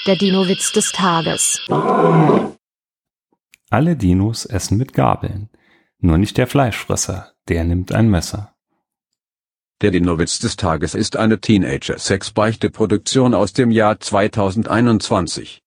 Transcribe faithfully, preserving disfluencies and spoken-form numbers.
Der Dino-Witz des Tages. Alle Dinos essen mit Gabeln. Nur nicht der Fleischfresser, der nimmt ein Messer. Der Dino-Witz des Tages ist eine Teenager-Sex-Beichte-Produktion aus dem Jahr zweitausendeinundzwanzig.